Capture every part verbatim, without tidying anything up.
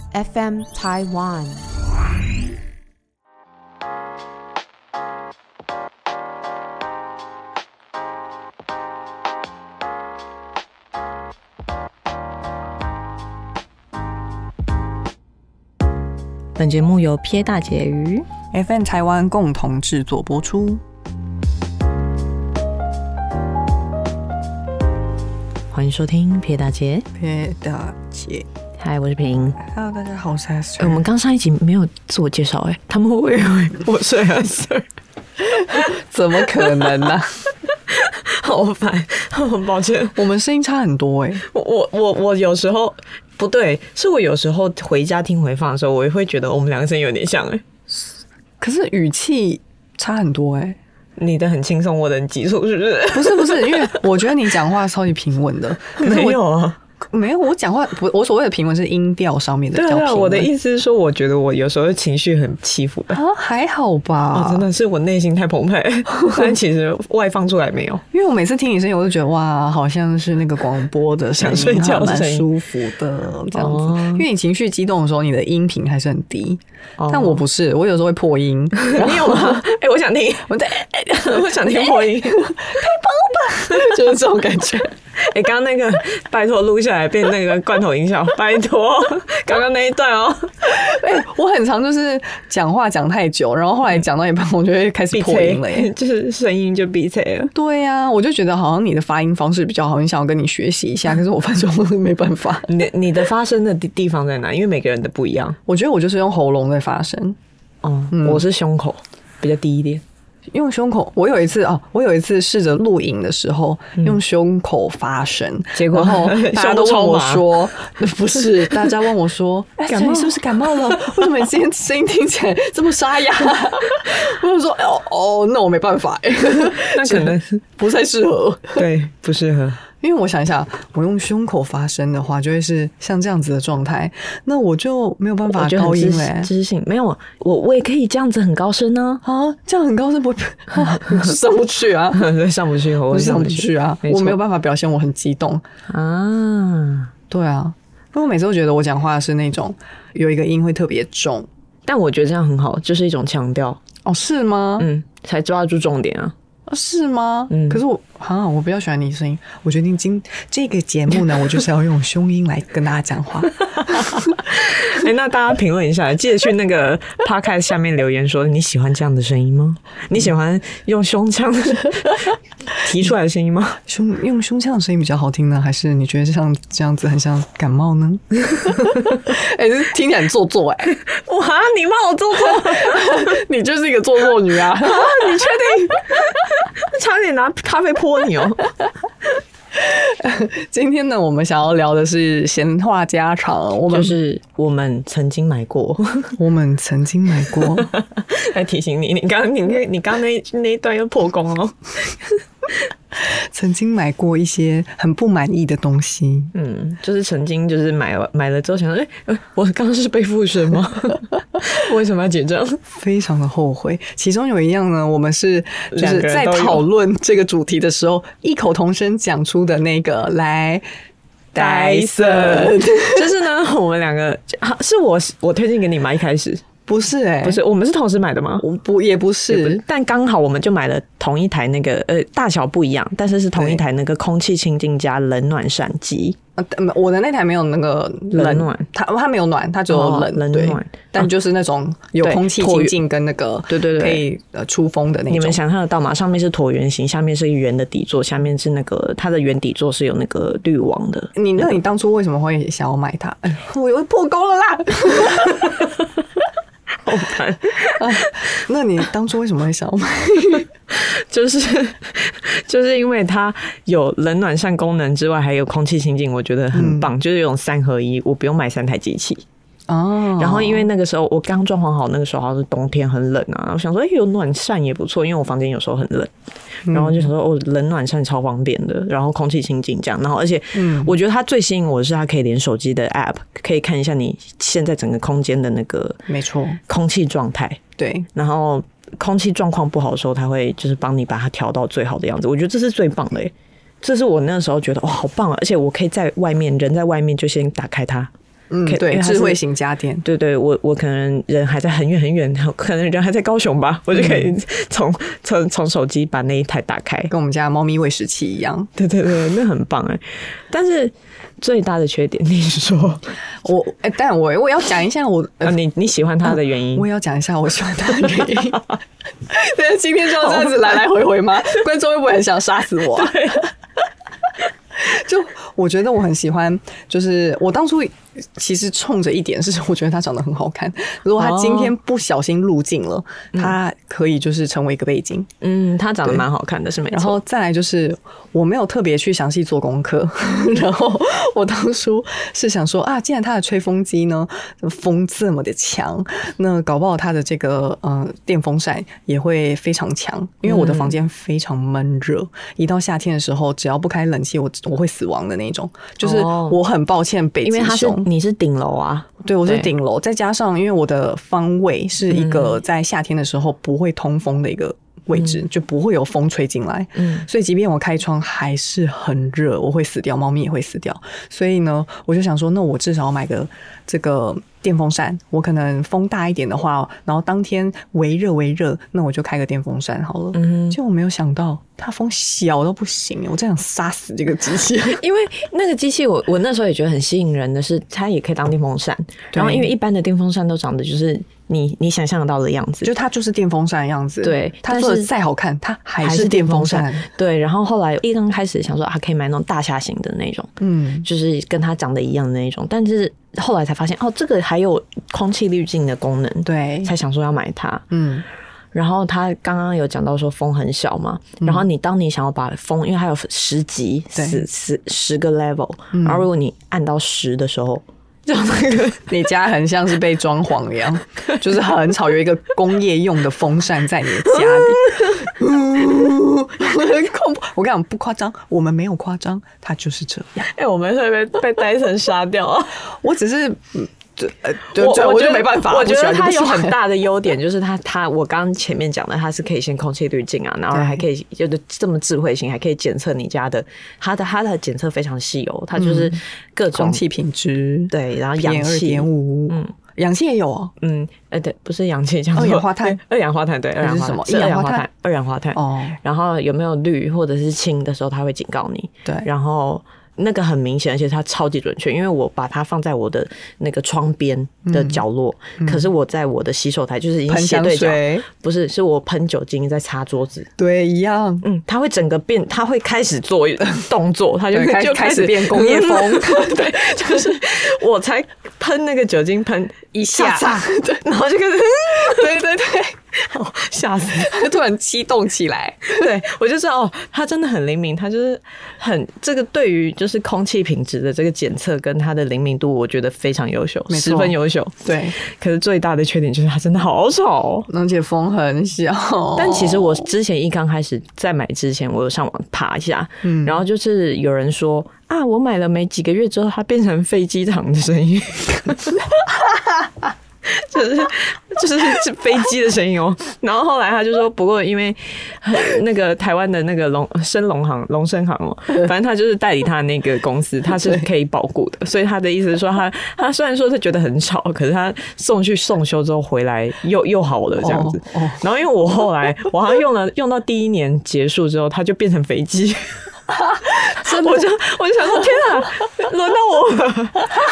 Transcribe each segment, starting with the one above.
F M Taiwan。 本节目由撇大姐与 F M 台湾共同制作播出。 欢迎收听撇大姐。 撇大姐， 嗨，我是平。 Hello， 大家好，我是 Esther。 我们刚上一集没有自我介绍，哎，他们会不会以为我是 Esther？ 怎么可能呢、啊？ 好烦，很抱歉， 我们声音差很多哎、欸。 我我我我有时候不对，是我有时候回家听回放的时候，我也会觉得我们两个声音有点像哎、欸。 可是语气差很多哎、欸。 你的很轻松，我的很急促，是不是？ 不是不是，因为我觉得你讲话超级平稳的。 没有啊。 没有，我讲话不，我所谓的平稳是音调上面的比较平稳。 对啊，我的意思是说，我觉得我有时候情绪很起伏的啊，还好吧。 哦，真的是我内心太澎湃，但其实外放出来没有。 因为我每次听你声音，我就觉得哇，好像是那个广播的声音， 想睡觉的声音， 蛮舒服的这样子。哦、因为你情绪激动的时候，你的音频还是很低，哦、但我不是，我有时候会破音。 你有吗？哎、欸，我想听，我在，我想听破音，太棒了吧，就是这种感觉。哎、欸，刚刚那个拜托录下来变那个罐头音效，拜托，刚刚那一段哦。 哎、欸，我很常就是讲话讲太久，然后后来讲到一半，我就会开始破音了耶， 就是声音就闭塞了。 对呀、啊，我就觉得好像你的发音方式比较好，很想要跟你学习一下，可是我发现我没办法。 你你的发声的地方在哪？因为每个人的不一样。 我觉得我就是用喉咙在发声。 哦、嗯，我是胸口比较低一点。 用胸口，我有一次哦，我有一次试着录影的时候、嗯、用胸口发声， 结果然后大家都问我说，不是，大家问我说，哎、欸，你是不是感冒了？为什么你今天声音听起来这么沙哑？我就说，哦哦，那我没办法， 那可能不太适合， 对，不适合。 因为我想一下，我用胸口发声的话，就会是像这样子的状态，那我就没有办法高音嘞、欸。 知性没有，我我也可以这样子很高声呢、 啊。啊，这样很高声不会、啊、上不去啊， 上不去，我上不去啊，我没有办法表现我很激动啊。对啊，因为我每次都觉得我讲话是那种有一个音会特别重， 但我觉得这样很好，就是一种强调。 哦，是吗？ 嗯，才抓住重点啊。 是吗？ 嗯， 可是我啊，我比较喜欢你声音。我决定今这个节目呢，我就是要用胸音来跟大家讲话。 哎、欸，那大家评论一下，记得去那个 podcast 下面留言说你喜欢这样的声音吗？你喜欢用胸腔提出来的声音吗？ 胸用胸腔的声音比较好听呢，还是你觉得像这样子很像感冒呢？哎、欸，听起来很做作哎、欸！ 哇，你骂我做作， 你就是一个做作女啊！啊你确定？差点拿咖啡泼你哦！ 今天呢，我们想要聊的是闲话家常，我们就是我们曾经买过， 我们曾经买过。 来提醒你，你刚你你刚那那一段又破功了。 曾经买过一些很不满意的东西， 嗯，就是曾经就是买了买了之后想说，哎、欸，我刚刚是被附身吗？为什么要结账？ 非常的后悔。其中有一样呢，我们是就是在讨论这个主题的时候，异口同声讲出的那个来。 Dyson， 就是呢，我们两个是我我推荐给你吗？一开始。 不是哎、欸， 不是，我们是同时买的吗？ 我不也不是， 不是，但刚好我们就买了同一台那个呃大小不一样，但是是同一台那个空气清净加冷暖扇机。 呃，我的那台没有那个冷暖， 它它没有暖，它只有冷、哦、 冷暖， 但就是那种有空气清净跟那个对对对可以呃出风的那种。 你们想象得到吗？上面是椭圆形，下面是圆的底座，下面是那个它的圆底座是有那个滤网的。 你那你当初为什么会想要买它？哎、我又破功了啦！ 好烦、 啊！那你当初为什么会想要买？ 就是就是因为它有冷暖扇功能之外，还有空气清净，我觉得很棒，嗯、就是有种三合一，我不用买三台机器。哦，然后因为那个时候我刚装潢好，那个时候好像是冬天很冷啊，我想说，哎、欸，有暖扇也不错，因为我房间有时候很冷，然后就想说，哦，冷暖扇超方便的，然后空气清净这样，然后而且我觉得它最吸引我的是它可以连手机的 app， 可以看一下你现在整个空间的那个没错空气状态， 对， 然后空气状况不好的时候，它会就是帮你把它调到最好的样子，我觉得这是最棒的耶。这是我那时候觉得哇、哦、好棒啊！而且我可以在外面，人在外面就先打开它， 嗯，对，智慧型家电， 对对，我我可能人还在很远很远，可能人还在高雄吧，我就可以从从从手机把那一台打开， 跟我们家的猫咪喂食器一样。 对对对，那很棒哎。但是最大的缺点，你说我哎、欸，但我我要讲一下我、 呃啊、你你喜欢它的原因、 嗯，我也要讲一下我喜欢它的原因。对，今天就要这样子来来回回吗？观众会不会很想杀死我、啊？就我觉得我很喜欢，就是我当初其实冲着一点是，我觉得它长得很好看。如果它今天不小心入镜了，它、哦、可以就是成为一个背景。 嗯，它长得蛮好看的，是没错。 然后再来就是我没有特别去详细做功课，然后我当初是想说啊，既然它的吹风机呢风这么的强，那搞不好它的这个呃电风扇也会非常强，因为我的房间非常闷热、嗯，一到夏天的时候，只要不开冷气，我我会死亡的那种。就是我很抱歉北极熊，因为它是你是顶楼啊， 对，我是顶楼，再加上因为我的方位是一个在夏天的时候不会通风的一个位置，嗯、就不会有风吹进来，嗯，所以即便我开窗还是很热，我会死掉，猫咪也会死掉。所以呢，我就想说，那我至少要买个这个电风扇，我可能风大一点的话，然后当天微热微热，那我就开个电风扇好了。嗯，结果我没有想到它风小都不行，我真想杀死这个机器。 因为那个机器我，我我那时候也觉得很吸引人的是，它也可以当电风扇。然后因为一般的电风扇都长得就是你你想象得到的样子， 就它就是电风扇的样子。 对， 它做的再好看，它还是电风扇。 对，然后后来一刚开始想说，啊，可以买那种大厦型的那种，嗯，就是跟它长得一样的那种，但是后来才发现，哦，这个还有空气滤镜的功能， 对， 才想说要买它，嗯。然后他刚刚有讲到说风很小嘛，嗯、然后你当你想要把风，因为它有十级，十十十个 level，、嗯、然后如果你按到十的时候，就那个你家很像是被装潢一样，就是很吵，有一个工业用的风扇在你的家里，很恐怖。我跟你讲不夸张，我们没有夸张，它就是这样。 哎、欸，我们会被被戴森杀掉啊！ 我只是。对，我我就没办法。 我觉得它有很大的优点，就是它它我刚刚前面讲的，它是可以先空气滤镜啊，然后还可以就是这么智慧型，还可以检测你家的它的它的检测非常细哦，它就是各种空气品质， 对，然后氧气二点五，嗯，氧气也有哦， 嗯，呃，对，不是氧气，叫做二氧化碳， 二氧化碳，对，二氧化碳， 是二氧化碳， 二氧化碳哦。然后有没有氯或者是氢的时候，它会警告你， 对， 然后。那个很明显，而且它超级准确，因为我把它放在我的那个窗边的角落、嗯嗯，可是我在我的洗手台就是已经斜对角，不是，是我喷酒精在擦桌子， 对，一样， 嗯，它会整个变，它会开始做动作，它就就开始变工业风， 对，就是我才喷那个酒精喷一下，对，然后就开始， 对对对。 吓死！ 就突然激动起来， 对我就知道哦，他真的很灵敏，他就是很这个对于就是空气品质的这个检测跟它的灵敏度，我觉得非常优秀，十分优秀。 对， 可是最大的缺点就是它真的好吵， 而且风很小。 但其实我之前一刚开始在买之前，我有上网爬一下，嗯，然后就是有人说啊，我买了没几个月之后，它变成飞机场的声音。就是就是飞机的声音哦，然后后来他就说，不过因为那个台湾的那个龙升龙航龙升航哦，反正他就是代理他的那个公司，他是可以保固的，所以他的意思是说他，他他虽然说他觉得很吵，可是他送去送修之后回来又又好了这样子。Oh, oh. 然后因为我后来我好像用了用到第一年结束之后，它就变成飞机。我就我就想说，天啊，轮到我了。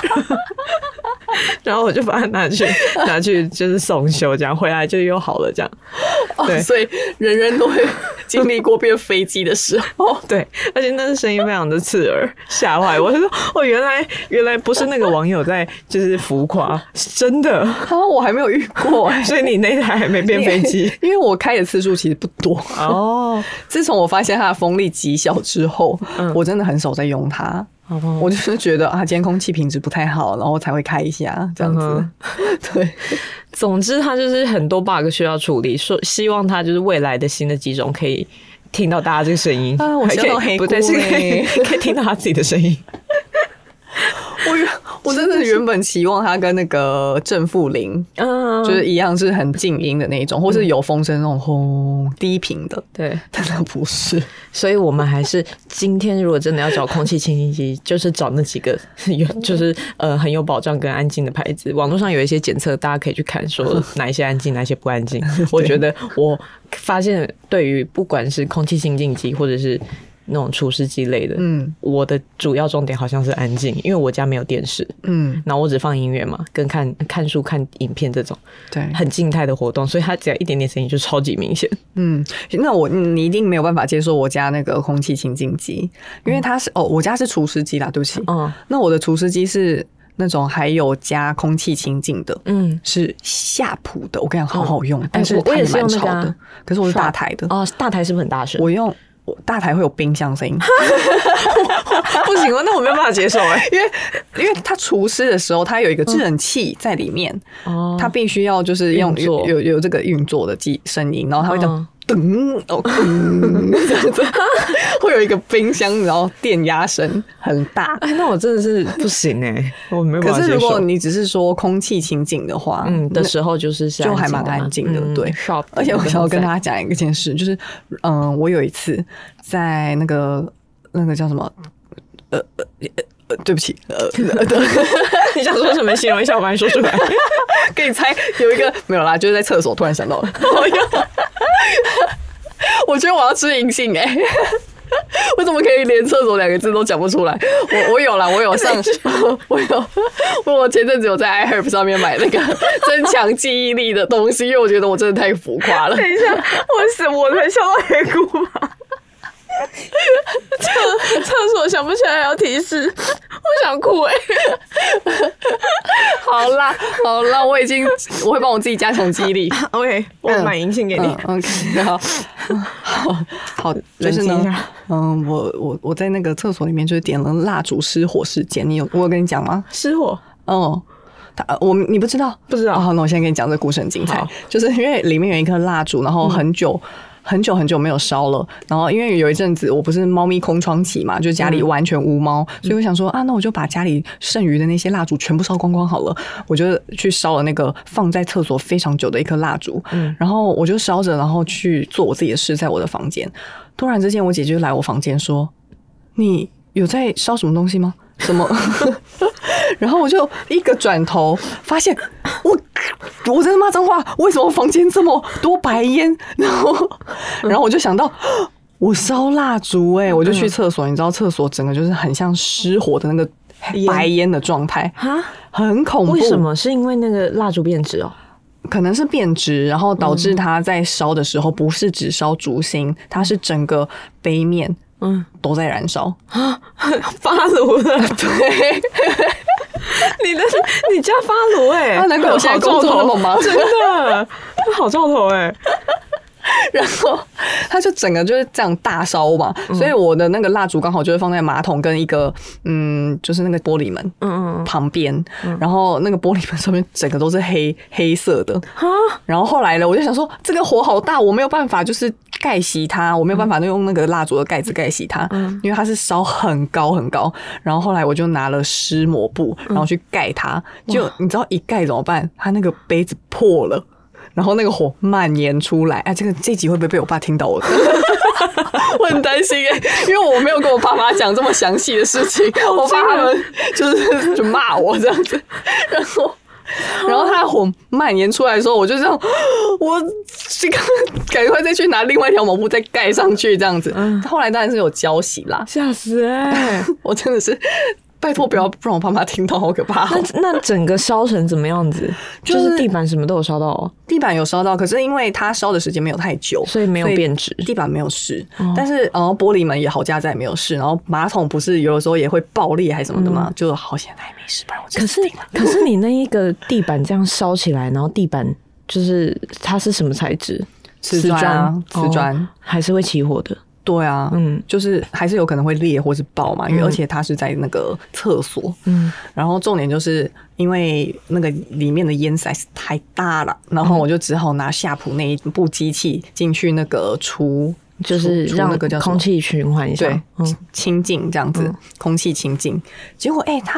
然后我就把它拿去拿去就是送修，这样回来就又好了，这样。对， 哦、所以人人都会经历过变飞机的时候。 对，而且那个声音非常的刺耳，吓坏我。就说哦，原来原来不是那个网友在就是浮夸，真的。 啊，我还没有遇过、欸， 所以你那台还没变飞机， 因为我开的次数其实不多。哦，自从我发现它的风力极小之后，嗯、我真的很少在用它。Oh. 我就是觉得啊，今天空气品质不太好，然后才会开一下这样子。Uh-huh. 对， 总之它就是很多 bug 需要处理，说希望它就是未来的新的机种可以听到大家这个声音啊，我笑到黑锅， 不对，是可以可以听到他自己的声音。 我我真的原本期望它跟那个正负零，嗯，就是一样是很静音的那一种，或是有风声那种轰低频的， 对， 但它不是。 所以我们还是今天如果真的要找空气清新机，就是找那几个就是呃很有保障跟安静的牌子。网络上有一些检测，大家可以去看，说哪一些安静，哪一些不安静。我觉得我发现，对于不管是空气清净机或者是那种除湿机类的，嗯，我的主要重点好像是安静，因为我家没有电视，嗯，然后我只放音乐嘛，跟看看书、看影片这种，对，很静态的活动，所以它只要一点点声音就超级明显。嗯， 那我你一定没有办法接受我家那个空气清净机，因为它是、嗯、哦，我家是除湿机啦，对不起，嗯，那我的除湿机是那种还有加空气清净的，嗯，是夏普的，我跟你讲好好用，嗯、但是它也蛮吵的，那個啊、可是我是大台的， 哦，大台是不是很大声？ 我用。大台会有冰箱声音， 不行哦，那我没有办法接受哎， 因为因为它除湿的时候，它有一个制冷器在里面，哦，它必须要就是用有有有这个运作的机声音，然后它会这样噔哦噔这样子，会有一个冰箱，然后电压声很大， 哎，那我真的是不行哎，我没有办法接受。 可是如果你只是说空气清净的话， 嗯的时候就是就还蛮安静的，对。而且我想要跟大家讲一件事，就是嗯，我有一次在那个那个叫什么呃呃呃，对不起，呃， 你想说什么？形容一下，我帮你说出来。 给你猜，有一个没有啦，就是在厕所突然想到了。我觉得我要吃银杏哎、欸，我怎么可以连厕所两个字都讲不出来？我我有啦，我有上，我有，我前阵子有在 iHerb 上面买那个增强记忆力的东西，因为我觉得我真的太浮夸了。 等一下，我是我才笑到黑姑吗？厕厕所想不起来还要提示，我想哭哎、欸！ 好啦好啦，我已经我会帮我自己加强记忆力。 OK， 我买银杏给你。 嗯、OK， 好，好，好，就是呢，嗯，我我我在那个厕所里面就是点了蜡烛失火事件，你有我有跟你讲吗？ 失火？ 哦、嗯，他我你不知道？ 不知道。 好，那我现在跟你讲这个故事很精彩，就是因为里面有一颗蜡烛，然后很久。嗯很久很久没有烧了，然后因为有一阵子我不是猫咪空窗期嘛，就家里完全无猫，嗯、所以我想说啊，那我就把家里剩余的那些蜡烛全部烧光光好了，我就去烧了那个放在厕所非常久的一颗蜡烛，嗯，然后我就烧着，然后去做我自己的事，在我的房间。突然之间，我姐就来我房间说：“你有在烧什么东西吗？”什么？然后我就一个转头，发现我我在骂脏话，为什么房间这么多白烟？然后，然后我就想到，我烧蜡烛哎，我就去厕所，你知道厕所整个就是很像失火的那个白烟的状态啊，很恐怖。 为什么？是因为那个蜡烛变质哦？ 可能是变质，然后导致它在烧的时候不是只烧烛芯，它是整个杯面。嗯，都在燃烧啊，发炉了。对，你的你家发炉哎， 啊，难怪我现在工作那么忙， 真的，好兆头哎。 然后它就整个就是这样大烧嘛，嗯、所以我的那个蜡烛刚好就是放在马桶跟一个嗯，就是那个玻璃门嗯旁边，嗯、然后那个玻璃门上面整个都是黑黑色的啊。然后后来呢，我就想说这个火好大，我没有办法就是盖熄它，我没有办法用那个蜡烛的盖子盖熄它，嗯、因为它是烧很高很高。然后后来我就拿了湿抹布，然后去盖它，嗯、就你知道一盖怎么办？它那个杯子破了。然后那个火蔓延出来，哎，这个这集会不会被我爸听到我的？我很担心哎、欸，因为我没有跟我爸妈讲这么详细的事情，我怕他们就是就骂我这样子。然后，然后他的火蔓延出来的时候，我就这样，我这个赶快再去拿另外一条抹布再盖上去，这样子。嗯、后来当然是有浇洗啦， 吓死哎、欸！ 我真的是。拜托不要不让我爸妈听到，好可怕、喔。 那那整个烧成怎么样子？就是、就是地板什么都有烧到哦。 地板有烧到，可是因为它烧的时间没有太久， 所以没有变质， 地板没有事。哦、但是然后玻璃门也好加在没有事，然后马桶不是有的时候也会爆裂还是什么的嘛，嗯、就好险还没事，不然我真死定了。 可是可是你那一个地板这样烧起来，然后地板就是它是什么材质？ 瓷砖，瓷砖、哦、 还是会起火的。 对啊，嗯，就是还是有可能会裂或是爆嘛，因为而且它是在那个厕所，嗯，然后重点就是因为那个里面的烟实在是太大了，然后我就只好拿夏普那一部机器进去那个除， 就是让那个叫空气循环一下， 对，嗯、清净这样子，嗯、空气清净。结果哎、欸，它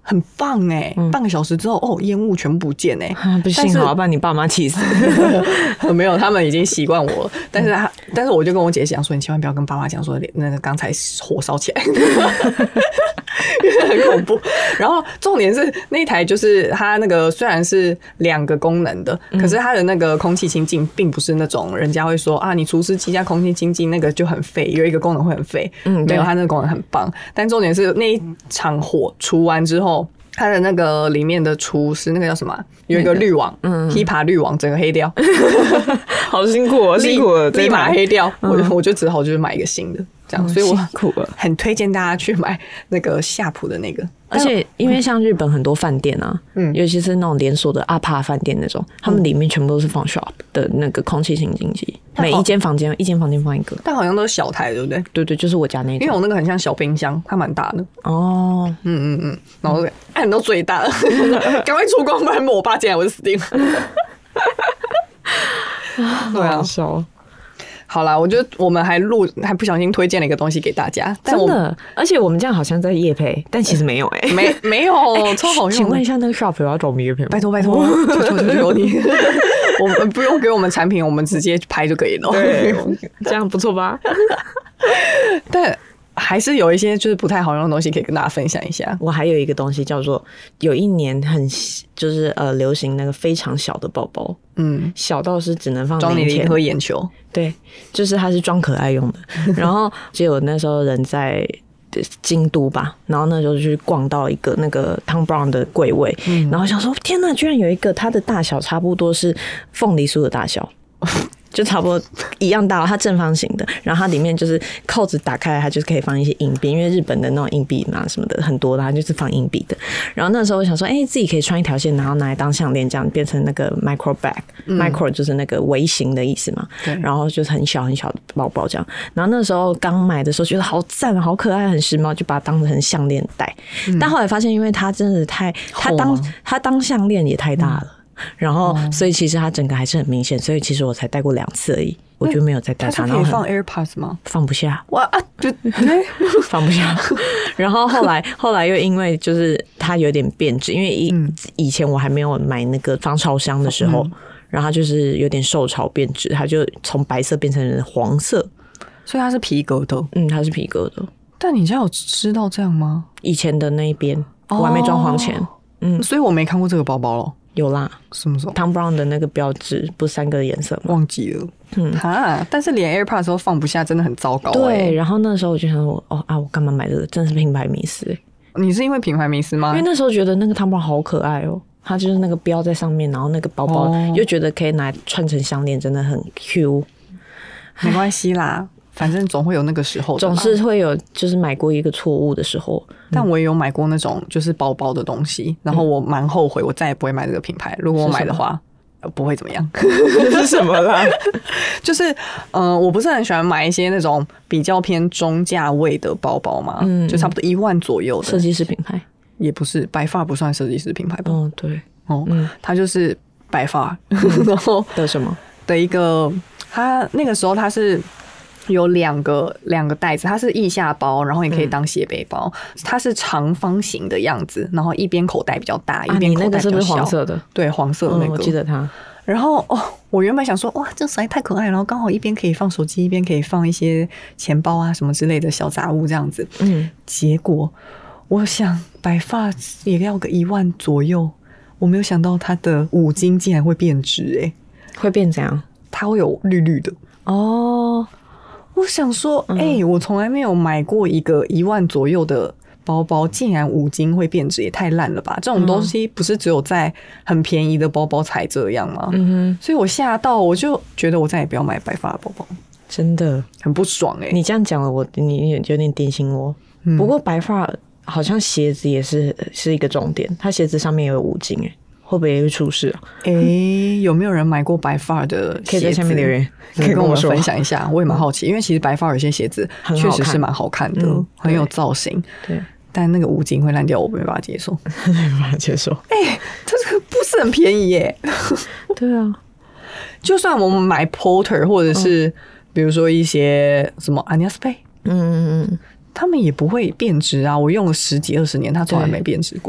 很棒哎、欸嗯，半个小时之后哦，烟雾全部不见哎、欸啊，不幸好，不然你爸妈气死。 没有，他们已经习惯我了。但是他，但是我就跟我姐讲说，你千万不要跟爸妈讲说那个刚才火烧起来，因为很恐怖。然后重点是那一台就是它那个虽然是两个功能的，嗯、可是它的那个空气清净并不是那种人家会说啊，你除湿机加空气清净那个就很废，有一个功能会很废。嗯，没有，它那个功能很棒。但重点是那一场火除完之后。它的那个里面的厨师那个叫什么？有一个滤网，嗯 ，HEPA 滤网整个黑掉， 好辛苦哦，辛苦了， 立马黑掉。嗯、我就我就只好就是买一个新的，这样，所以我辛苦了， 很推荐大家去买那个夏普的那个。 而且因为像日本很多饭店啊，嗯，尤其是那种连锁的阿帕饭店那种，他们里面全部都是放 Sharp 的那个空气清净机，每一间房间一间房间放一个， 但好像都是小台，对不对？ 对对，就是我家那种， 因为我那个很像小冰箱，它蛮大的。哦，嗯嗯嗯，然后按到最大了，赶快出光，不然我爸进来我就死定了。对啊， 笑。 好啦，我觉得我们还录还不小心推荐了一个东西给大家， 真的，而且我们这样好像在业配，但其实没有哎、欸， 没没有，超好用。 请问一下，那个 Sharp 有要找我们业配吗？ 拜托拜托，求求求求你，我们不用给我们产品，我们直接拍就可以了。 对，这样不错吧？ 但还是有一些就是不太好用的东西可以跟大家分享一下。 我还有一个东西叫做，有一年很就是呃流行那个非常小的包包，嗯，小到是只能放装你的一颗眼球。 对，就是它是装可爱用的。然后结果那时候人在京都吧，然后那时候就去逛到一个那个 Tom Brown 的柜位，嗯、然后想说天哪，居然有一个它的大小差不多是凤梨酥的大小。就差不多一样大，它正方形的，然后它里面就是扣子打开来，它就是可以放一些硬币，因为日本的那种硬币嘛什么的很多，它就是放硬币的。然后那时候我想说，哎、欸，自己可以穿一条线，然后拿来当项链，这样变成那个 micro bag，micro、嗯、就是那个微型的意思嘛。然后就是很小很小的包包这样。然后那时候刚买的时候觉得好赞，好可爱，很时髦，就把它当成项链戴、嗯。但后来发现，因为它真的太，它当它当项链也太大了。嗯然后，所以其实它整个还是很明显，所以其实我才戴过两次而已，我就没有再戴它。 它是可以放 AirPods 吗？ 放不下， 哇啊，就放不下。然后后来，后来又因为就是它有点变质，因为以、嗯、以前我还没有买那个防潮箱的时候，嗯、然后它就是有点受潮变质，它就从白色变成黄色， 所以它是皮革的。 嗯，它是皮革的。 但你家有知道这样吗？ 以前的那一边，我还没装潢前，哦、 嗯，所以我没看过这个包包咯。 有啦， 什么时候 ？Tom Brown 的那个标志不是三个颜色吗？ 忘记了，嗯哈，但是连 AirPods 都放不下，真的很糟糕、欸。 对，然后那时候我就想说，哦啊，我干嘛买这个？真的是品牌迷思、欸。 你是因为品牌迷思吗？ 因为那时候觉得那个 Tom Brown 好可爱哦，它就是那个标在上面，然后那个包包、哦、又觉得可以拿来串成项链，真的很 Q。 没关系啦。反正总会有那个时候的， 总是会有就是买过一个错误的时候。 但我也有买过那种就是包包的东西，然后我蛮后悔，我再也不会买这个品牌。如果我买的话，不会怎么样。 这是什么啦？ 就是嗯、呃，我不是很喜欢买一些那种比较偏中价位的包包嘛，嗯，就差不多一万左右的设计师品牌， 也不是白发不算设计师品牌吧？ 哦，对， 哦，嗯，它就是白发，然后的什么的一个，它那个时候它是。有两个两个袋子，它是腋下包，然后也可以当斜背包、嗯。它是长方形的样子，然后一边口袋比较大，一边口袋比较小。啊、你那个是不是黄色的？对，黄色的那个，嗯、 我记得它。 然后哦，我原本想说，哇，这实在太可爱了，然后刚好一边可以放手机，一边可以放一些钱包啊什么之类的小杂物这样子。嗯，结果我想白发也要个一万左右，我没有想到它的五金竟然会变质，哎， 会变怎样？ 它会有绿绿的哦。 我想说，哎、欸，我从来没有买过一个一万左右的包包，竟然五金会变质，也太烂了吧！这种东西不是只有在很便宜的包包才这样吗？嗯哼，所以我吓到，我就觉得我再也不要买白发的包包， 真的很不爽哎、欸！ 你这样讲了，我你有点点醒我。嗯、不过白发好像鞋子也是是一个重点，它鞋子上面有五金哎、欸。会不会也会出事啊？ 哎、欸，有没有人买过白发的鞋子？ 可以在下面留言， 可以跟我们分享一下。我也蛮好奇，因为其实白发有些鞋子确实是蛮好看的，嗯、很有造型。 对， 但那个五金会烂掉，我没办法接受， 没办法接受。 哎、欸，这个不是很便宜耶。 对啊， 就算我们买 Porter 或者是比如说一些什么 Agnaspe， 嗯嗯嗯，他们也不会变质啊。我用了十几二十年，它从来没变质过。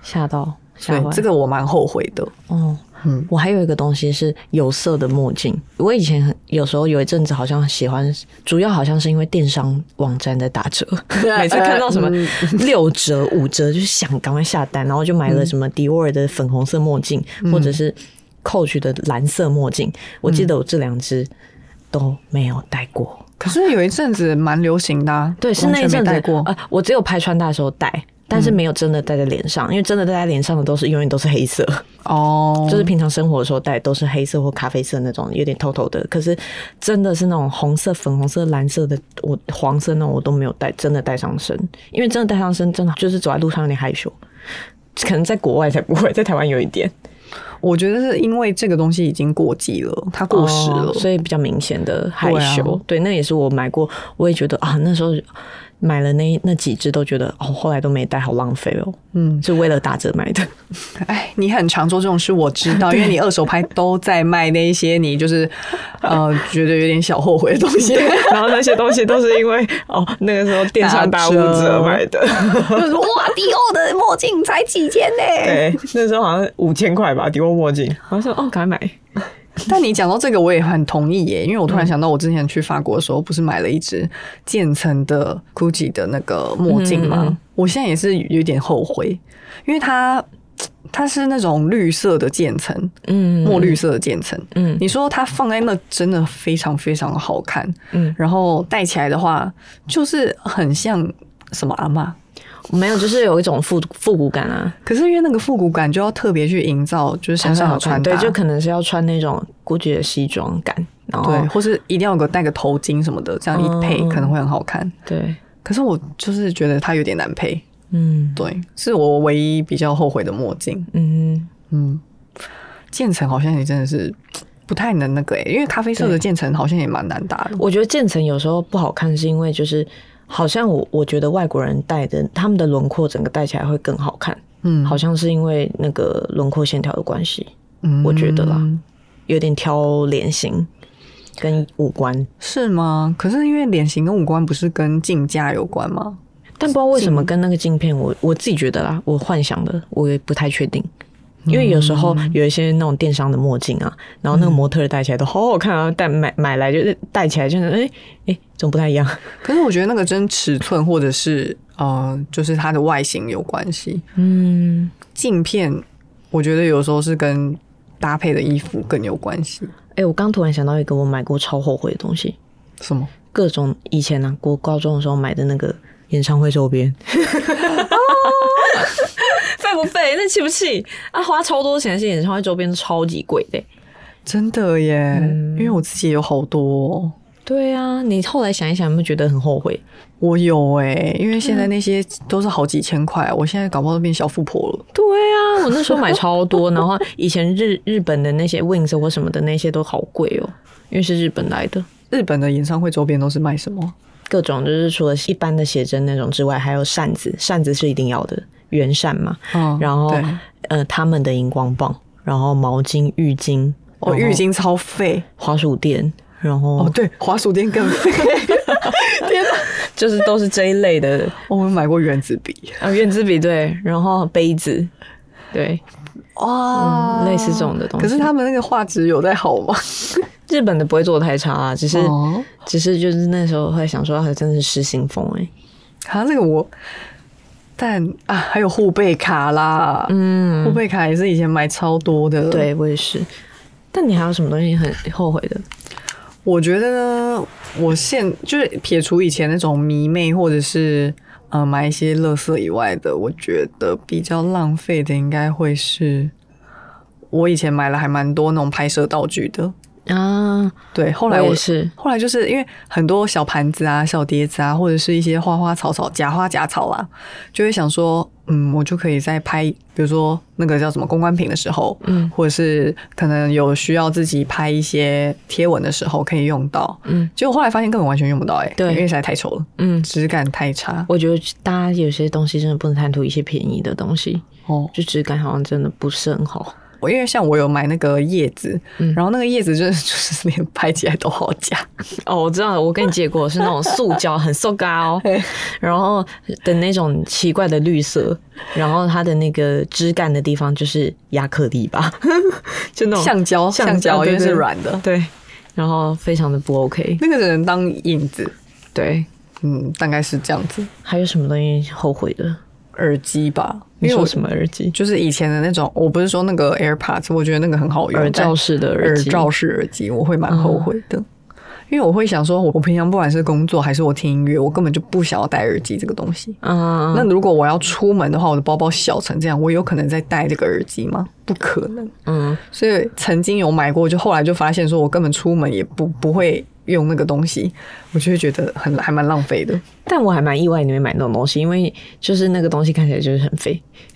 吓到， 所以这个我蛮后悔的。 哦，嗯，我还有一个东西是有色的墨镜。我以前很有时候有一阵子好像喜欢，主要好像是因为电商网站在打折，每次看到什么六折、五折，就是想赶快下单，然后就买了什么迪奥的粉红色墨镜，嗯、或者是 Coach 的蓝色墨镜。我记得我这两只都没有戴过。 可是有一阵子蛮流行的、啊， 对，是那一阵子。呃，我只有拍穿搭的时候戴，但是没有真的戴在脸上，因为真的戴在脸上的都是永远都是黑色哦，就是平常生活的时候戴都是黑色或咖啡色那种，有点透透的。可是真的是那种红色、粉红色、蓝色的，我黄色那种我都没有戴，真的戴上身，因为真的戴上身真的就是走在路上有点害羞，可能在国外才不会，在台湾有一点。 我觉得是因为这个东西已经过季了，它过时了、哦， 所以比较明显的害羞。对, 啊、对，那也是我买过，我也觉得啊，那时候买了那那几只都觉得哦，后来都没戴，好浪费哦。嗯，是为了打折买的。 哎，你很常做这种事，我知道，因为你二手拍都在卖那一些你就是呃觉得有点小后悔的东西， 然后那些东西都是因为哦那个时候电商打五折买的， 就是哇，迪奥的墨镜才几千呢、欸？ 对，那时候好像五千块吧，迪奥墨镜，我说哦，赶快买。 但你讲到这个，我也很同意耶，因为我突然想到，我之前去法国的时候，不是买了一只渐层的 Gucci 的那个墨镜吗？嗯、我现在也是有点后悔，因为它它是那种绿色的渐层，嗯，墨绿色的渐层，嗯，你说它放在那真的非常非常好看，嗯，然后戴起来的话，就是很像什么阿嬷。 没有，就是有一种复复古感啊。 可是因为那个复古感就要特别去营造，就是身上的穿搭， 对，就可能是要穿那种Gucci的西装感，然后对，或是一定要有个戴个头巾什么的，这样一配可能会很好看。嗯、 对， 可是我就是觉得它有点难配。嗯，对，是我唯一比较后悔的墨镜。嗯嗯，渐层好像也真的是不太能那个诶、欸，因为咖啡色的渐层好像也蛮难打的。 我觉得渐层有时候不好看，是因为就是。好像我我觉得外国人戴的他们的轮廓整个戴起来会更好看，嗯，好像是因为那个轮廓线条的关系，嗯，我觉得啦，有点挑脸型跟五官是吗？可是因为脸型跟五官不是跟镜架有关吗？ 但不知道为什么跟那个镜片，我我自己觉得啦，我幻想的，我也不太确定。因为有时候有一些那种电商的墨镜啊，然后那个模特戴起来都好好看啊，但买买来就是戴起来就是哎哎，怎么不太一样？ 可是我觉得那个跟尺寸或者是呃，就是它的外形有关系。嗯，镜片我觉得有时候是跟搭配的衣服更有关系。 哎、欸，我刚突然想到一个我买过超后悔的东西， 什么？ 各种以前啊，国高中的时候买的那个演唱会周边。费不费？那气不气啊？花超多钱，而且演唱会周边超级贵的、欸， 真的耶！嗯、因为我自己也有好多、哦。 对啊，你后来想一想，有没有觉得很后悔？ 我有哎、欸，因为现在那些都是好几千块、啊，我现在搞不好都变小富婆了。 对啊，我那时候买超多，然后以前日日本的那些 Wings 或什么的那些都好贵哦，因为是日本来的。 日本的演唱会周边都是卖什么？ 各种就是除了一般的写真那种之外，还有扇子，扇子是一定要的。圆扇嘛，哦、然后呃他们的荧光棒，然后毛巾、浴巾， 哦，浴巾超废， 滑鼠垫，然后哦对，滑鼠垫更废，天哪， 就是都是这一类的。 我们买过原子笔啊，原子笔对，然后杯子，对，哇、嗯，类似这种的东西。 可是他们那个画质有在好吗？ 日本的不会做得太差啊，只是、哦、只是就是那时候会想说，它真的是失心疯哎、 欸，啊，这个我。但啊，还有护贝卡啦，嗯，护贝卡也是以前买超多的， 对我也是。但你还有什么东西很后悔的？ 我觉得呢，我现就是撇除以前那种迷妹或者是呃买一些垃圾以外的，我觉得比较浪费的应该会是我以前买了还蛮多那种拍摄道具的。啊，对，后来我也是， 后来就是因为很多小盘子啊、小碟子啊，或者是一些花花草草、假花假草啊，就会想说，嗯，我就可以在拍，比如说那个叫什么公关品的时候，嗯，或者是可能有需要自己拍一些贴文的时候可以用到，嗯，结果后来发现根本完全用不到、欸，哎，对，因为实在太丑了，嗯，质感太差。 我觉得大家有些东西真的不能贪图一些便宜的东西，哦，就质感好像真的不是很好。 我因为像我有买那个叶子，嗯、然后那个叶子就是就是连拍起来都好假。 哦，我知道，我跟你借过，是那种塑胶很塑胶，然后的那种奇怪的绿色，然后它的那个枝干的地方就是亚克力吧，就那种橡胶，橡胶因为是软的， 对，然后非常的不 OK， 那个只能当影子， 对， 嗯，大概是这样子。 还有什么东西后悔的？ 耳机吧。 你说什么耳机？ 就是以前的那种，我不是说那个 AirPods， 我觉得那个很好用， 耳罩式的耳机， 耳罩式耳机，我会蛮后悔的。嗯，因为我会想说，我平常不管是工作还是我听音乐，我根本就不想要戴耳机这个东西。嗯，那如果我要出门的话，我的包包小成这样，我有可能在戴这个耳机吗？不可能。嗯，所以曾经有买过，就后来就发现说我根本出门也不不会用那个东西，我就会觉得很还蛮浪费的。 但我还蛮意外你会买那种东西，因为就是那个东西看起来就是很废。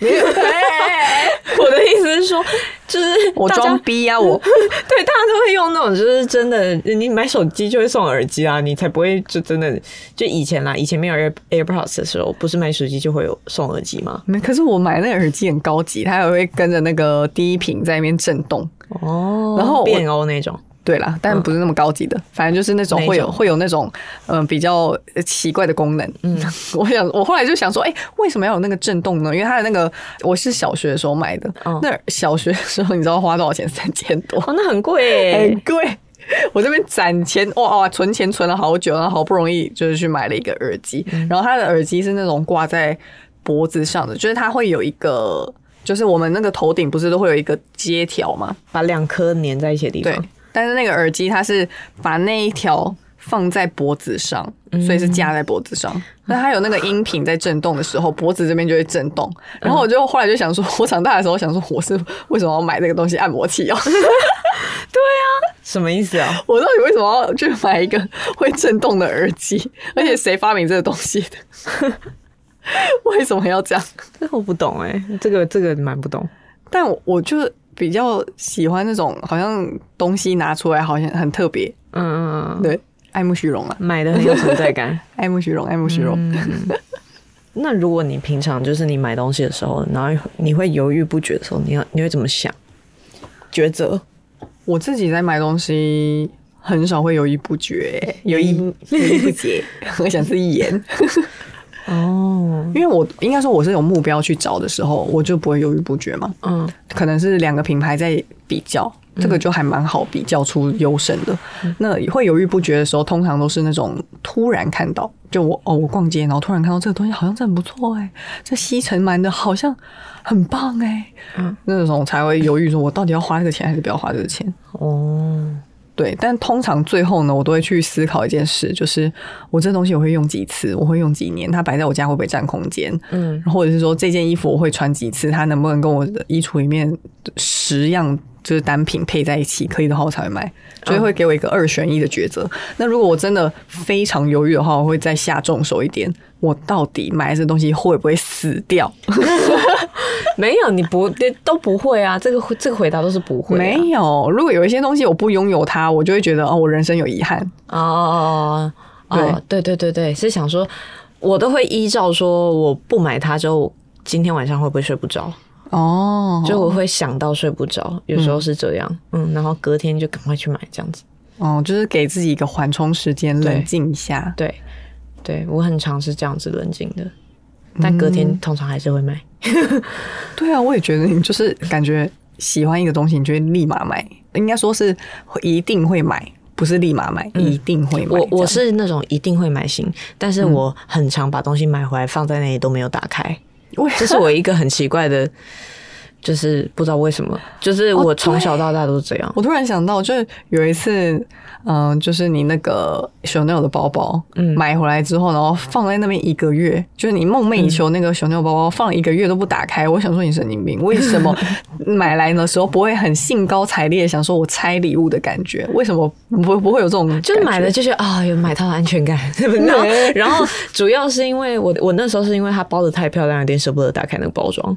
我的意思是说，就是我装逼啊！我对大家都会用那种，就是真的，你买手机就会送耳机啊，你才不会就真的就以前啦，以前没有 Air AirPods 的时候，不是买手机就会有送耳机吗？ 可是我买那个耳机很高级，它还会跟着那个低音频在那边震动哦，然后变欧那种。 对啦，但不是那么高级的，嗯、反正就是那种会有会有那种嗯、呃、比较奇怪的功能。嗯，我想我后来就想说，哎、欸，为什么要有那个震动呢？因为它的那个我是小学的时候买的，哦、那小学的时候你知道花多少钱？三千多， 哦，那很贵耶， 很贵。我这边攒钱哇哇存钱存了好久，然后好不容易就是去买了一个耳机，嗯、然后它的耳机是那种挂在脖子上的，就是它会有一个，就是我们那个头顶不是都会有一个接条吗？ 把两颗粘在一起的地方。 对。但是那个耳机它是把那一条放在脖子上，所以是架在脖子上。那、嗯、它有那个音频在震动的时候，脖子这边就会震动。然后我就后来就想说，我长大的时候想说，我是为什么要买这个东西按摩器哦？对啊，什么意思啊？ 我到底为什么要去买一个会震动的耳机？而且谁发明这个东西的？为什么要这样？ 这我不懂哎、欸，这个这个蛮不懂。 但我我就。比较喜欢那种好像东西拿出来好像很特别，嗯嗯嗯，对，爱慕虚荣啊， 买的很有存在感， 爱慕虚荣，爱慕虚荣。 嗯、那如果你平常就是你买东西的时候，然后你会犹豫不决的时候，你要你会怎么想？抉择？我自己在买东西很少会犹豫不决，犹豫犹豫不决，我想是一言。哦，因为我应该说我是有目标去找的时候，我就不会犹豫不决嘛。嗯，可能是两个品牌在比较，这个就还蛮好比较出优胜的。嗯、那会犹豫不决的时候，通常都是那种突然看到，就我哦，我逛街，然后突然看到这个东西好像真的很不错哎、欸，这吸尘螨的好像很棒哎、欸，嗯，那种才会犹豫说，我到底要花这个钱还是不要花这个钱？哦。对，但通常最后呢，我都会去思考一件事，就是我这东西我会用几次，我会用几年，它摆在我家会不会占空间？嗯，或者是说这件衣服我会穿几次，它能不能跟我的衣橱里面十样就是单品配在一起，可以的话我才会买，所以会给我一个二选一的抉择。那如果我真的非常犹豫的话，我会再下重手一点，我到底买这东西会不会死掉？ 没有，你不都不会啊，这个这个回答都是不会、啊。 没有，如果有一些东西我不拥有它，我就会觉得哦，我人生有遗憾。 哦哦哦，对对对对对，是想说，我都会依照说，我不买它之后，今天晚上会不会睡不着？哦，就我会想到睡不着，有时候是这样，嗯, 嗯，然后隔天就赶快去买这样子。 哦，就是给自己一个缓冲时间，冷静一下。 对，对, 对我很常是这样子冷静的。但隔天通常还是会买。嗯、 对啊，我也觉得你就是感觉喜欢一个东西，你就会立马买。应该说是一定会买，不是立马买，嗯、一定会买。 我我是那种一定会买型，但是我很常把东西买回来放在那里都没有打开，嗯、这是我一个很奇怪的。就是不知道为什么，就是我从小到大都是这样。 哦、我突然想到，就是有一次，嗯、呃，就是你那个 Chanel 的包包，嗯，买回来之后，然后放在那边一个月，就是你梦寐以求那个 Chanel 包包放一个月都不打开。我想说你神经病，为什么买来的时候不会很兴高采烈，想说我拆礼物的感觉？为什么不不会有这种感觉？ 就是买了就觉得啊，有买到安全感。然后，然后主要是因为我我那时候是因为它包的太漂亮，有点舍不得打开那个包装。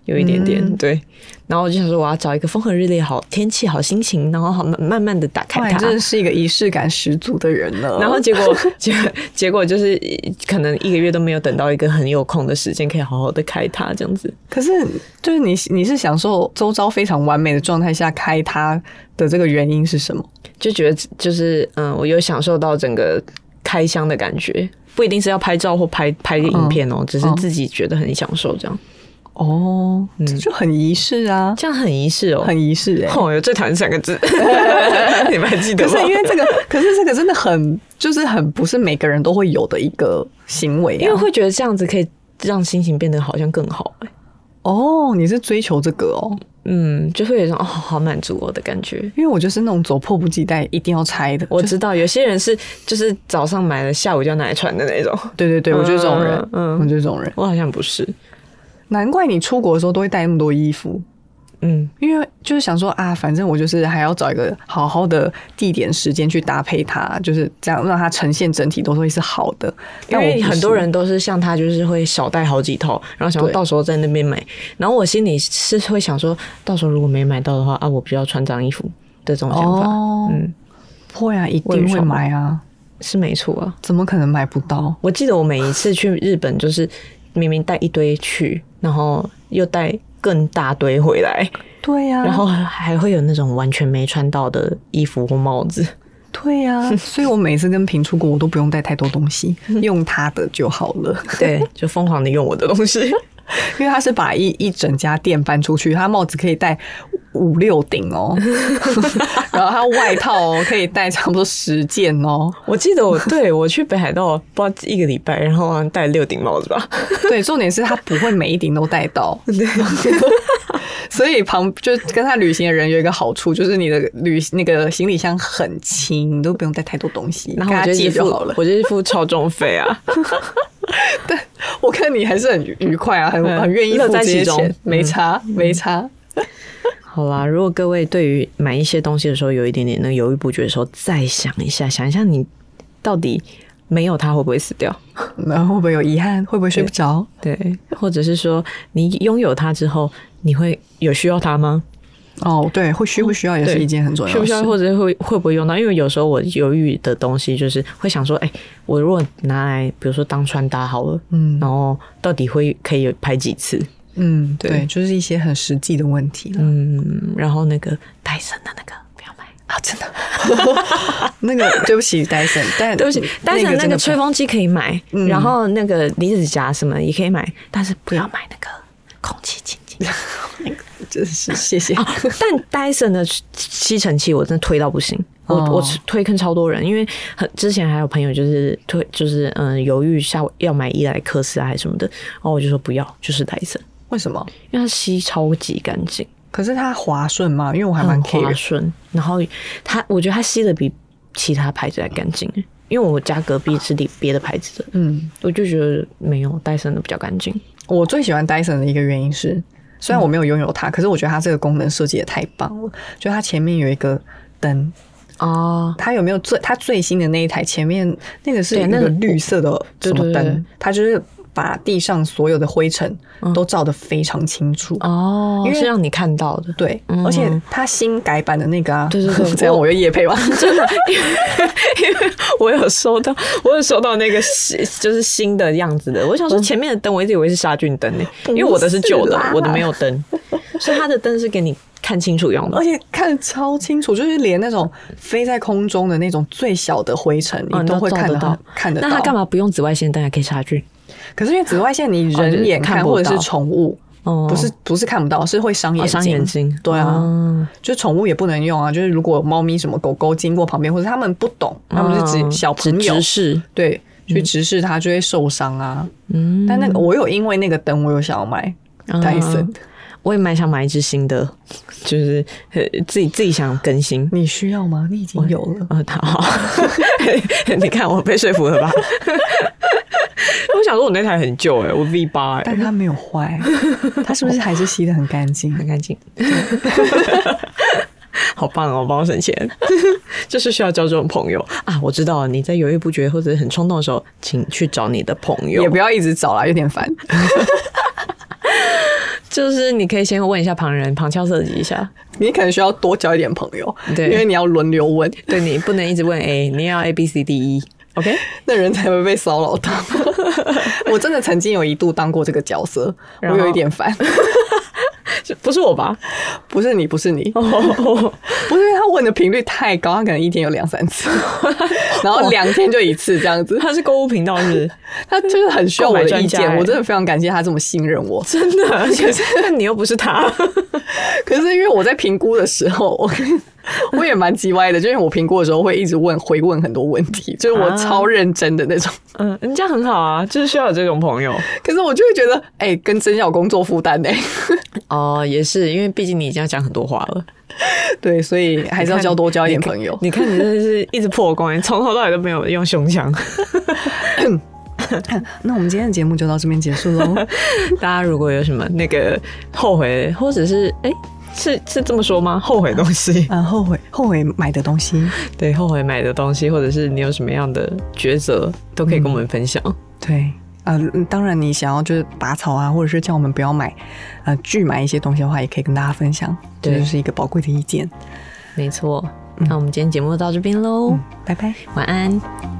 有一点点、嗯、对。然后我就想说，我要找一个风和日丽、好天气、好心情，然后好慢慢的打开它。 真的是一个仪式感十足的人了。 然后结果结结果就是可能一个月都没有等到一个很有空的时间，可以好好的开它这样子。 可是就是你你是享受周遭非常完美的状态下开它的这个原因是什么？ 就觉得就是嗯，我有享受到整个开箱的感觉，不一定是要拍照或拍拍影片哦、喔嗯，只是自己觉得很享受这样。 哦，嗯，这就很仪式啊， 这样很仪式哦， 很仪式哎、欸。 哦，有最讨厌三个字，你们还记得吗？ 可是因为这个，可是这个真的很，就是很不是每个人都会有的一个行为、啊， 因为会觉得这样子可以让心情变得好像更好哎、欸。 哦，你是追求这个哦？ 嗯，就会有一种哦，好满足我的感觉。 因为我就是那种走迫不及待一定要拆的。 我知道有些人是就是早上买了，下午就要拿来穿的那种。 对对对，我就是这种人。嗯，我就是这种人。 我好像不是。 难怪你出国的时候都会带那么多衣服。嗯，因为就是想说啊，反正我就是还要找一个好好的地点时间去搭配它，就是这样让它呈现整体都会是好的。 因为很多人都是像他，就是会少带好几套，然后想说到时候在那边买。然后我心里是会想说，到时候如果没买到的话啊，我不要穿这样衣服的这种想法。哦、嗯， 会啊，一定会买啊， 是没错啊， 怎么可能买不到？ 我记得我每一次去日本，就是明明带一堆去，然后又带更大堆回来。 对呀、啊， 然后还会有那种完全没穿到的衣服或帽子。 对呀、啊，所以我每次跟平出国，我都不用带太多东西，用他的就好了。 对，就疯狂的用我的东西， 因为他是把一一整家店搬出去，他帽子可以戴五六顶哦，然后他外套哦可以戴差不多十件哦。 我记得我对我去北海道不知道一个礼拜，然后戴六顶帽子吧。 对，重点是他不会每一顶都戴到。所以旁就跟他旅行的人有一个好处，就是你的旅那个行李箱很轻，你都不用带太多多东西， 然后我就借就好了。我就是付超重费啊。 对，我看你还是很愉快啊，很很愿意付这些钱，没差、嗯、没差。 好啦，如果各位对于买一些东西的时候有一点点那犹豫不决的时候，再想一下，想一下你到底没有它会不会死掉？ 然后会不会有遗憾？会不会睡不着？ 对，对，或者是说你拥有它之后，你会有需要它吗？ 哦，对，会需不需要也是一件很重要的事。 需不需要，或者会会不会用到？因为有时候我犹豫的东西就是会想说，哎、欸，我如果拿来，比如说当穿搭好了，嗯，然后到底会可以拍几次？ 嗯，对，对，就是一些很实际的问题了。 嗯，然后那个戴森的那个不要买啊，真的。那个对不起戴森，但对不起戴森那个吹风机可以买、嗯，然后那个离子夹什么也可以买，但是不要买那个空气清净。 那个真是谢谢。 哦、但 Dyson 的吸尘器我真的推到不行，我、哦、我推坑超多人，因为很之前还有朋友就是推就是嗯犹豫下要买伊莱克斯啊还是什么的，然后我就说不要，就是 Dyson。为什么？因为它吸超级干净。 可是它滑顺吗？因为我还蛮 care 滑顺，然后它我觉得它吸的比其他牌子还干净，因为我家隔壁是别的牌子的，嗯，我就觉得没有 Dyson 的比较干净。 我最喜欢 Dyson 的一个原因是，虽然我没有拥有它、嗯，可是我觉得它这个功能设计也太棒了。就它前面有一个灯哦，它有没有最它最新的那一台前面那个是那个绿色的什么灯？它就是把地上所有的灰尘都照得非常清楚哦，因为是让你看到的。 对、嗯，而且它新改版的那个啊， 对对对， 这样我又业配吧， 真的，因为因为我有收到，我有收到那个就是新的样子的。我想说前面的灯，我一直以为是杀菌灯呢、欸，因为我的是旧的，我的没有灯，所以它的灯是给你看清楚用的， 而且看超清楚，就是连那种飞在空中的那种最小的灰尘，你都会看得到，看得到。 那它干嘛不用紫外线灯还可以杀菌？ 可是因为紫外线你人眼看或者是宠物、哦，不是不是看不到，是会伤眼睛。伤、哦、眼睛，对啊，哦、就宠物也不能用啊。就是如果猫咪什么狗狗经过旁边，或者他们不懂，他们是指小朋友直视， 对，去直视它就会受伤啊。嗯，但那个我有因为那个灯，我有想要买戴森、嗯， 我也蛮想买一支新的，就是自己自己想更新。 你需要吗？你已经有了。 呃，好，你看我被说服了吧？我想说，我那台很旧哎、欸，我 V 八哎， 但它没有坏，它是不是还是吸得很干净？ 很干净，好棒哦！帮我省钱，就是需要交这种朋友啊！我知道了，你在犹豫不决或者很冲动的时候，请去找你的朋友， 也不要一直找啦，有点烦。 就是你可以先问一下旁人，旁敲侧击一下。 你可能需要多交一点朋友， 对， 因为你要轮流问。 对，你不能一直问 A， 你要 A B C D E。OK， 那人才会被骚扰到。我真的曾经有一度当过这个角色，我有一点烦。 不是我吧？ 不是你，不是你，不是因为他问的频率太高，他可能一天有两三次，然后两天就一次这样子。 他是购物频道是不是？ 他就是很需要我的意见，欸、我真的非常感谢他这么信任我， 真的。可是你又不是他， 可是因为我在评估的时候，我我也蛮鸡歪的，就是我评估的时候会一直问回问很多问题，就是我超认真的那种。 嗯，人家很好啊，就是需要有这种朋友。 可是我就会觉得，哎、欸，跟真有工作负担哎。 哦，也是，因为毕竟你已经要讲很多话了。 对，所以还是要交多交一点朋友。 你看，你, 你真的是一直破功，从头到尾都没有用胸腔。 那我们今天的节目就到这边结束喽。 大家如果有什么那个后悔，或者是哎、欸，是是这么说吗？后悔的东西， 嗯，后悔后悔买的东西， 对，后悔买的东西，或者是你有什么样的抉择，都可以跟我们分享。嗯、 对。呃，当然，你想要就是打草啊，或者是叫我们不要买，呃，拒买一些东西的话，也可以跟大家分享，这就是一个宝贵的意见。 没错，那我们今天节目就到这边喽、嗯， 拜拜， 晚安。